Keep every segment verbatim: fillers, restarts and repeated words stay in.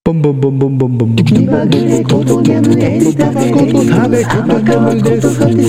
ボンボンボンボンボンボンボン気まぐれことにゃむエスタバこと食べ玉川ことはです。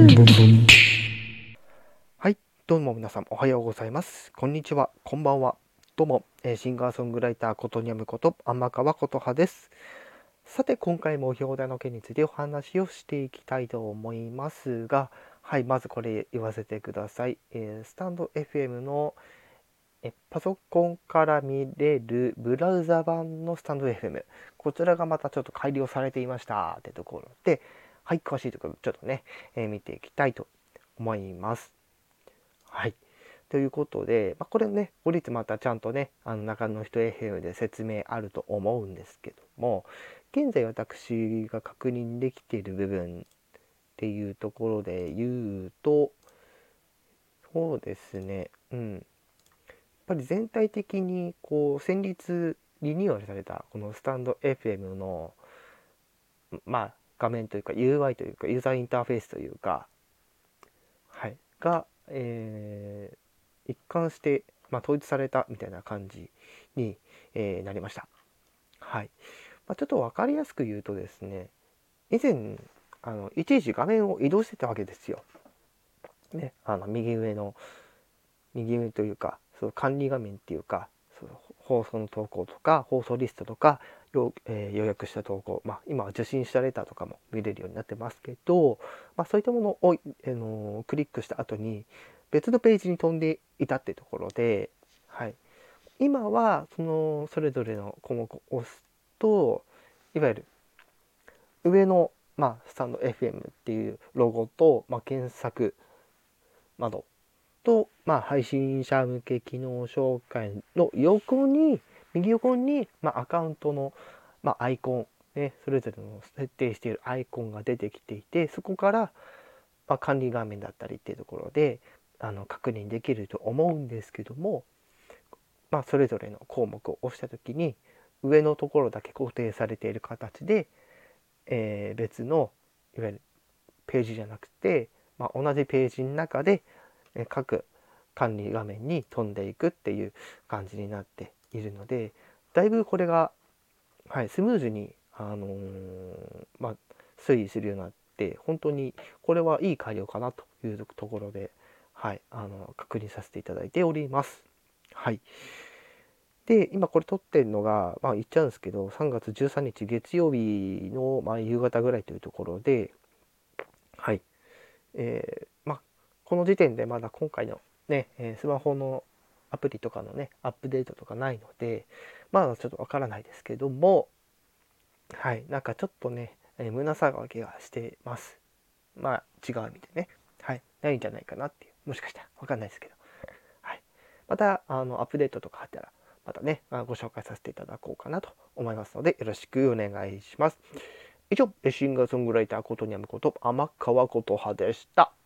はい、どうも皆さんおはようございます。こんにちは、こんばんは。どうも、えーシンガーソングライターことにゃむこと天川ことはです。さて、今回も表題の件についてお話をしていきたいと思いますが、はい、まずこれ言わせてください。えースタンド エフエム のえパソコンから見れるブラウザ版のスタンド エフエム、こちらがまたちょっと改良されていましたってところで、はい、詳しいところちょっとね、えー見ていきたいと思います。はい。ということで、まあ、これね、後日またちゃんとね、あの中の人 エフエム で説明あると思うんですけども、現在私が確認できている部分っていうところで言うと、そうですね、うん。やっぱり全体的にこう先日リニューアルされたこのスタンド エフエム のまあ画面というか ユーアイ というかユーザーインターフェースというか、はい、が、えー一貫して、まあ、統一されたみたいな感じに、えーなりました。はい。まあ、ちょっと分かりやすく言うとですね、以前、あのいちいち画面を移動してたわけですよ。ね、あの右上の、右上というか、その管理画面っていうか、その放送の投稿とか、放送リストとか、よえー予約した投稿、まあ、今は受信したレターとかも見れるようになってますけど、まあ、そういったものを、あのークリックした後に、別のページに飛んでいたってところで、はい、今はそのそれぞれの項目を押すと、いわゆる上の、まあ、スタンド エフエム っていうロゴと、まあ、検索窓と、まあ、配信者向け機能紹介の横に、右横に、まあ、アカウントの、まあ、アイコン、ね、それぞれの設定しているアイコンが出てきていて、そこから、まあ、管理画面だったりっていうところであの確認できると思うんですけども、まあ、それぞれの項目を押した時に上のところだけ固定されている形で、えー別のいわゆるページじゃなくて、まあ、同じページの中でえー各管理画面に飛んでいくっていう感じになっているので、だいぶこれが、はい、スムーズに、あのーまあ、推移するようになって、本当にこれはいい改良かなというところで、はい、あの確認させていただいております。はい。で、今これ撮ってるのが、まあ言っちゃうんですけど、さんがつじゅうさんにち月曜日の、まあ、夕方ぐらいというところで、はい。えーまあ、この時点でまだ今回のね、えースマホのアプリとかのね、アップデートとかないので、まだちょっとわからないですけども、はい、なんかちょっとね、えー胸騒ぎがしてます。まあ、違う意味でね。はい、ないんじゃないかなっていう。もしかしたらわかんないですけど。はい。また、あの、アップデートとかあったら、またね、ご紹介させていただこうかなと思いますので、よろしくお願いします。以上、シンガーソングライターことにゃむこと天川琴葉でした。